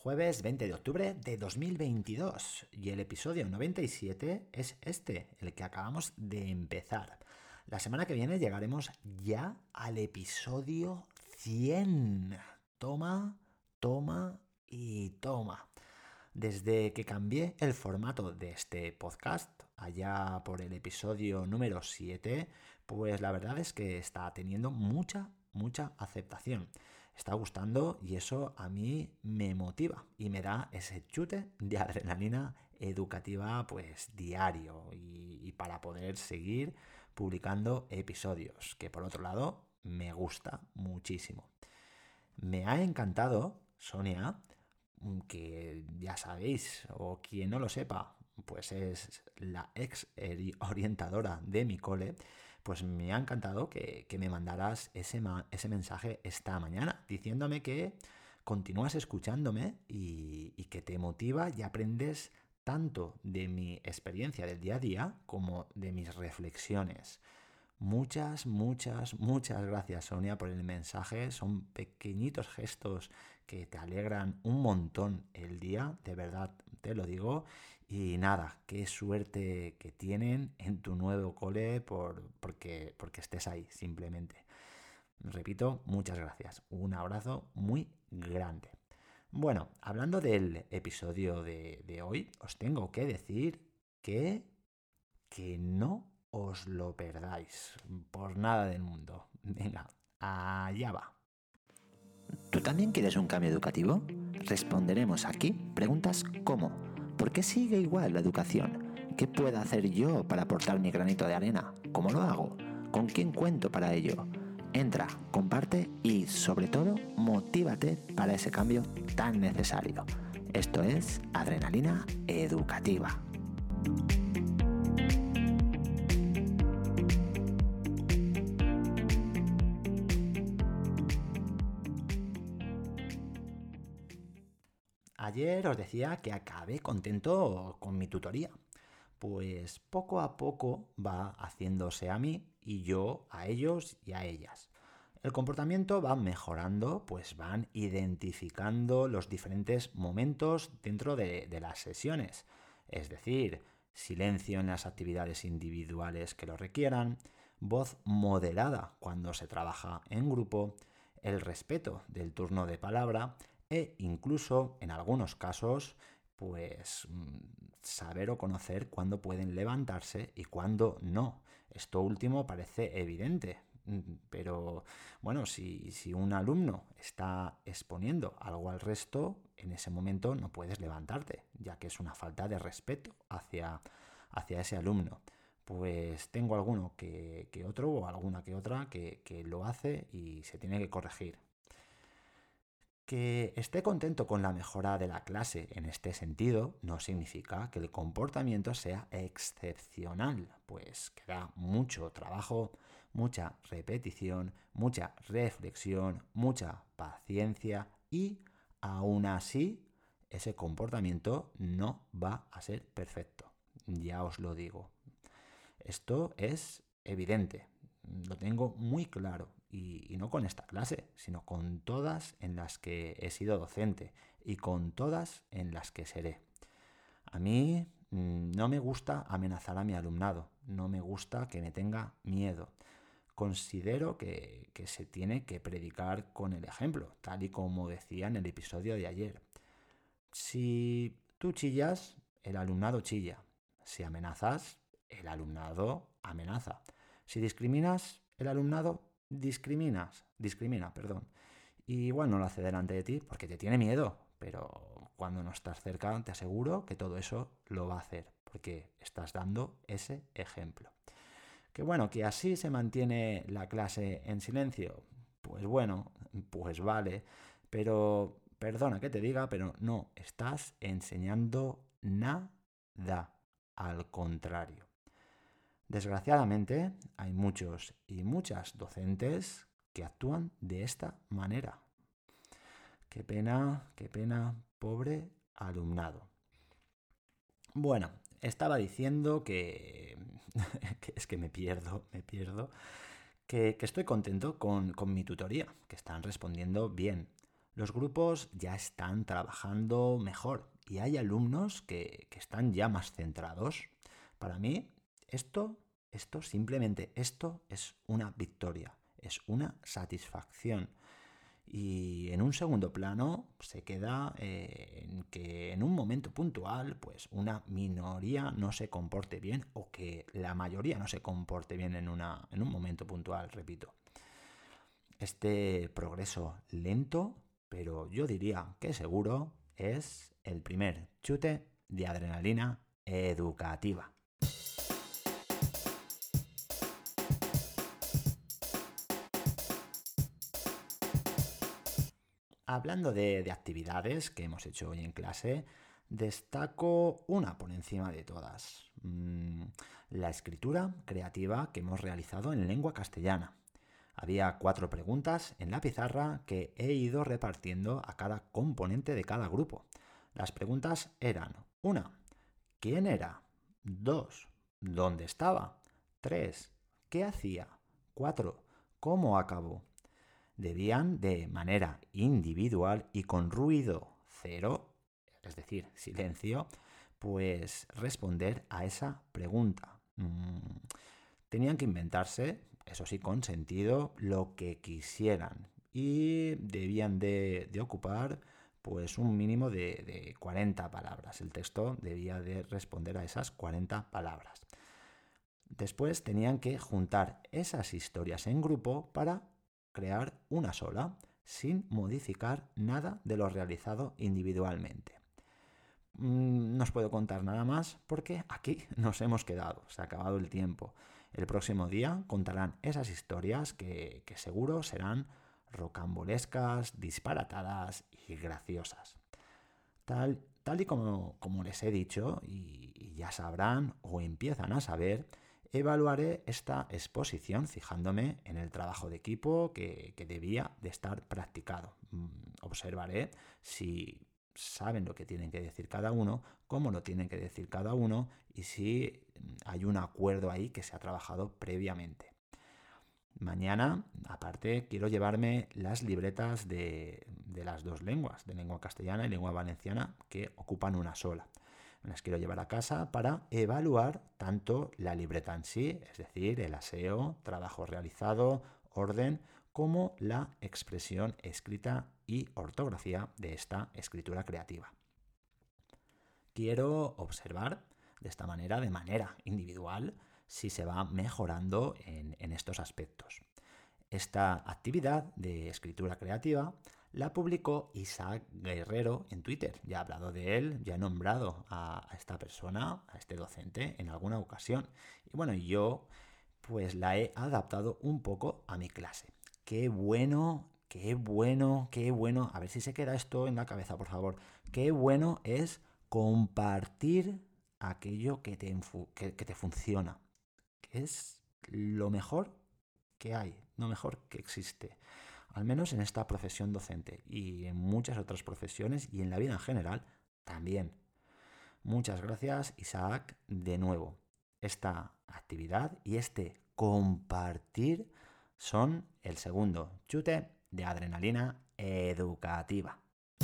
jueves 20 de octubre de 2022 y el episodio 97 es el que acabamos de empezar. La semana que viene llegaremos ya al episodio 100. Toma, toma y toma. Desde que cambié el formato de este podcast, allá por el episodio número 7, pues la verdad es que está teniendo mucha aceptación. Está gustando y eso a mí me motiva y me da ese chute de adrenalina educativa pues diario y para poder seguir publicando episodios, que por otro lado me gusta muchísimo. Me ha encantado, Sonia, que ya sabéis, o quien no lo sepa, pues es la ex orientadora de mi cole, pues me ha encantado que me mandaras ese mensaje esta mañana, diciéndome que continúas escuchándome y que te motiva y aprendes tanto de mi experiencia del día a día como de mis reflexiones. Muchas gracias, Sonia, por el mensaje. Son pequeñitos gestos que te alegran un montón el día, de verdad te lo digo. Y nada, qué suerte que tienen en tu nuevo cole porque estés ahí, simplemente. Repito, muchas gracias. Un abrazo muy grande. Bueno, hablando del episodio de hoy, os tengo que decir que no os lo perdáis, por nada del mundo. Venga, allá va. ¿Tú también quieres un cambio educativo? Responderemos aquí preguntas como ¿por qué sigue igual la educación? ¿Qué puedo hacer yo para aportar mi granito de arena? ¿Cómo lo hago? ¿Con quién cuento para ello? Entra, comparte y, sobre todo, motívate para ese cambio tan necesario. Esto es Adrenalina Educativa. Ayer os decía que acabé contento con mi tutoría. Pues poco a poco va haciéndose a mí y yo a ellos y a ellas. El comportamiento va mejorando, pues van identificando los diferentes momentos dentro de las sesiones. Es decir, silencio en las actividades individuales que lo requieran, voz moderada cuando se trabaja en grupo, el respeto del turno de palabra e incluso, en algunos casos, pues saber o conocer cuándo pueden levantarse y cuándo no. Esto último parece evidente, pero bueno, si un alumno está exponiendo algo al resto, en ese momento no puedes levantarte, ya que es una falta de respeto hacia ese alumno. Pues tengo alguno que otro o alguna que otra que lo hace y se tiene que corregir. Que esté contento con la mejora de la clase en este sentido no significa que el comportamiento sea excepcional, pues queda mucho trabajo, mucha repetición, mucha reflexión, mucha paciencia y aún así ese comportamiento no va a ser perfecto. Ya os lo digo. Esto es evidente, lo tengo muy claro y no con esta clase, sino con todas en las que he sido docente y con todas en las que seré. A mí no me gusta amenazar a mi alumnado, no me gusta que me tenga miedo. Considero que se tiene que predicar con el ejemplo, tal y como decía en el episodio de ayer. Si tú chillas, el alumnado chilla. Si amenazas, el alumnado amenaza. Si discriminas, el alumnado discrimina. Y igual no lo hace delante de ti porque te tiene miedo, pero cuando no estás cerca te aseguro que todo eso lo va a hacer porque estás dando ese ejemplo. Que bueno, que así se mantiene la clase en silencio. Pues bueno, pues vale, pero perdona que te diga, pero no estás enseñando nada. Al contrario. Desgraciadamente, hay muchos y muchas docentes que actúan de esta manera. Qué pena, pobre alumnado. Bueno, estaba diciendo que es que me pierdo, que estoy contento con mi tutoría, que están respondiendo bien. Los grupos ya están trabajando mejor y hay alumnos que están ya más centrados. Para mí, simplemente esto es una victoria, es una satisfacción. Y en un segundo plano se queda en que en un momento puntual pues una minoría no se comporte bien o que la mayoría no se comporte bien en un momento puntual, repito. Este progreso lento, pero yo diría que seguro, es el primer chute de adrenalina educativa. Hablando de actividades que hemos hecho hoy en clase, destaco una por encima de todas. La escritura creativa que hemos realizado en lengua castellana. Había 4 preguntas en la pizarra que he ido repartiendo a cada componente de cada grupo. Las preguntas eran: 1. ¿Quién era? 2. ¿Dónde estaba? 3. ¿Qué hacía? 4. ¿Cómo acabó? Debían de manera individual y con ruido cero, es decir, silencio, pues responder a esa pregunta. Tenían que inventarse, eso sí, con sentido, lo que quisieran y debían de ocupar pues un mínimo de 40 palabras. El texto debía de responder a esas 40 palabras. Después tenían que juntar esas historias en grupo para crear una sola, sin modificar nada de lo realizado individualmente. No os puedo contar nada más porque aquí nos hemos quedado, se ha acabado el tiempo. El próximo día contarán esas historias que seguro serán rocambolescas, disparatadas y graciosas. Tal y como les he dicho, y ya sabrán o empiezan a saber, evaluaré esta exposición fijándome en el trabajo de equipo que debía de estar practicado. Observaré si saben lo que tienen que decir cada uno, cómo lo tienen que decir cada uno y si hay un acuerdo ahí que se ha trabajado previamente. Mañana, aparte, quiero llevarme las libretas de las 2 lenguas, de lengua castellana y lengua valenciana, que ocupan una sola. Me las quiero llevar a casa para evaluar tanto la libreta en sí, es decir, el aseo, trabajo realizado, orden, como la expresión escrita y ortografía de esta escritura creativa. Quiero observar de esta manera, de manera individual, si se va mejorando en estos aspectos. Esta actividad de escritura creativa la publicó Isaac Guerrero en Twitter. Ya he hablado de él, ya he nombrado a esta persona, a este docente, en alguna ocasión. Y bueno, yo pues la he adaptado un poco a mi clase. Qué bueno, qué bueno, qué bueno. A ver si se queda esto en la cabeza, por favor. Qué bueno es compartir aquello que te funciona. Es lo mejor que hay, lo mejor que existe. Al menos en esta profesión docente y en muchas otras profesiones y en la vida en general también. Muchas gracias, Isaac, de nuevo. Esta actividad y este compartir son el segundo chute de adrenalina educativa.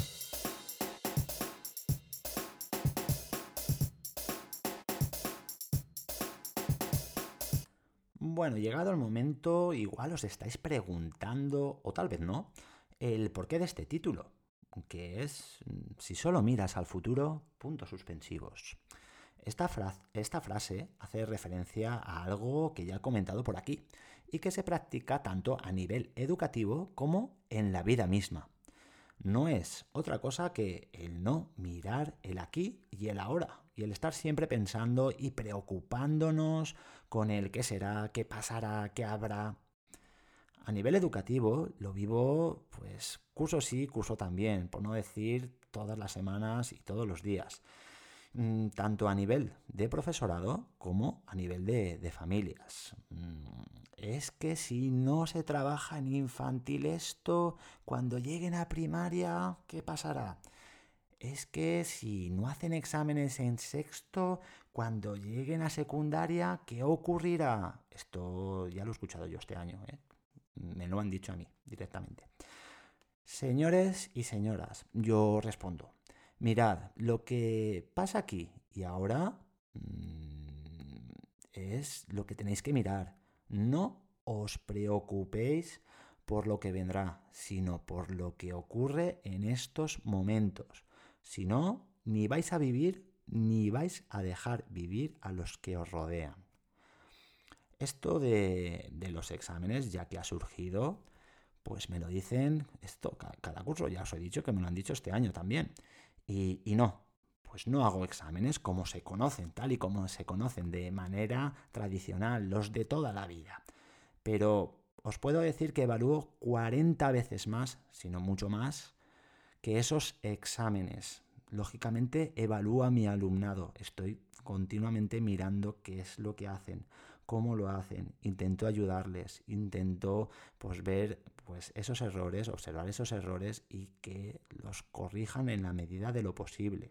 Bueno, llegado el momento, igual os estáis preguntando, o tal vez no, el porqué de este título, que es si solo miras al futuro, puntos suspensivos. Esta frase hace referencia a algo que ya he comentado por aquí y que se practica tanto a nivel educativo como en la vida misma. No es otra cosa que el no mirar el aquí y el ahora, y el estar siempre pensando y preocupándonos con el qué será, qué pasará, qué habrá. A nivel educativo lo vivo pues curso sí, curso también, por no decir todas las semanas y todos los días. Tanto a nivel de profesorado como a nivel de familias. Es que si no se trabaja en infantil esto, cuando lleguen a primaria, ¿qué pasará? Es que si no hacen exámenes en sexto, cuando lleguen a secundaria, ¿qué ocurrirá? Esto ya lo he escuchado yo este año, ¿eh? Me lo han dicho a mí directamente. Señores y señoras, yo respondo. Mirad, lo que pasa aquí y ahora es lo que tenéis que mirar. No os preocupéis por lo que vendrá, sino por lo que ocurre en estos momentos. Si no, ni vais a vivir ni vais a dejar vivir a los que os rodean. Esto de los exámenes, ya que ha surgido, pues me lo dicen cada curso, ya os he dicho que me lo han dicho este año también. Y no, pues no hago exámenes como se conocen, tal y como se conocen de manera tradicional, los de toda la vida. Pero os puedo decir que evalúo 40 veces más, si no mucho más, que esos exámenes. Lógicamente evalúo a mi alumnado, estoy continuamente mirando qué es lo que hacen, cómo lo hacen, intento ayudarles, intento pues ver pues esos errores, observar esos errores y que los corrijan en la medida de lo posible.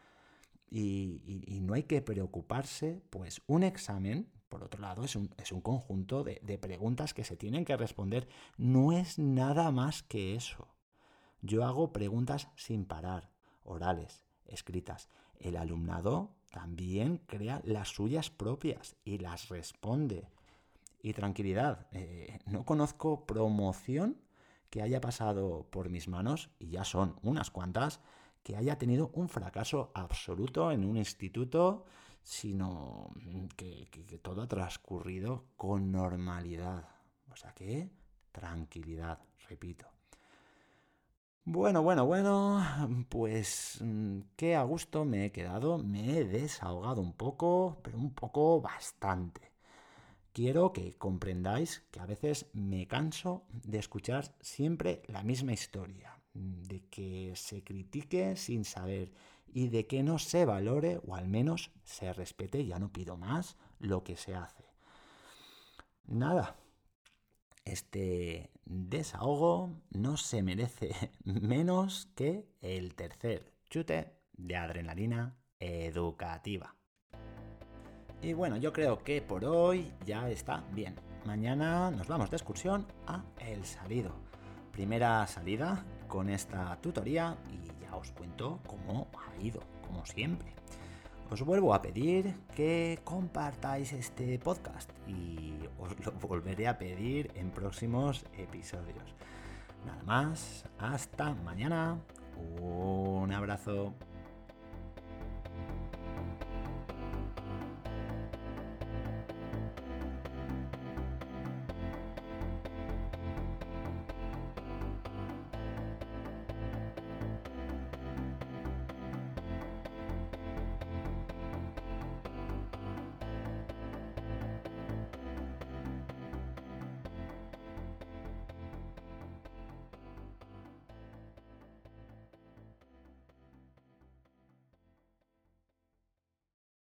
Y no hay que preocuparse, pues un examen, por otro lado, es un conjunto de preguntas que se tienen que responder. No es nada más que eso. Yo hago preguntas sin parar, orales, escritas. El alumnado también crea las suyas propias y las responde. Y tranquilidad, no conozco promoción que haya pasado por mis manos, y ya son unas cuantas, que haya tenido un fracaso absoluto en un instituto, sino que todo ha transcurrido con normalidad. O sea que, tranquilidad, repito. Bueno, pues qué a gusto me he quedado, me he desahogado un poco, pero un poco bastante. Quiero que comprendáis que a veces me canso de escuchar siempre la misma historia, de que se critique sin saber y de que no se valore o al menos se respete, ya no pido más, lo que se hace. Nada, este desahogo no se merece menos que el tercer chute de adrenalina educativa. Y bueno, yo creo que por hoy ya está bien. Mañana nos vamos de excursión a El Salido. Primera salida con esta tutoría y ya os cuento cómo ha ido, como siempre. Os vuelvo a pedir que compartáis este podcast y os lo volveré a pedir en próximos episodios. Nada más, hasta mañana. Un abrazo.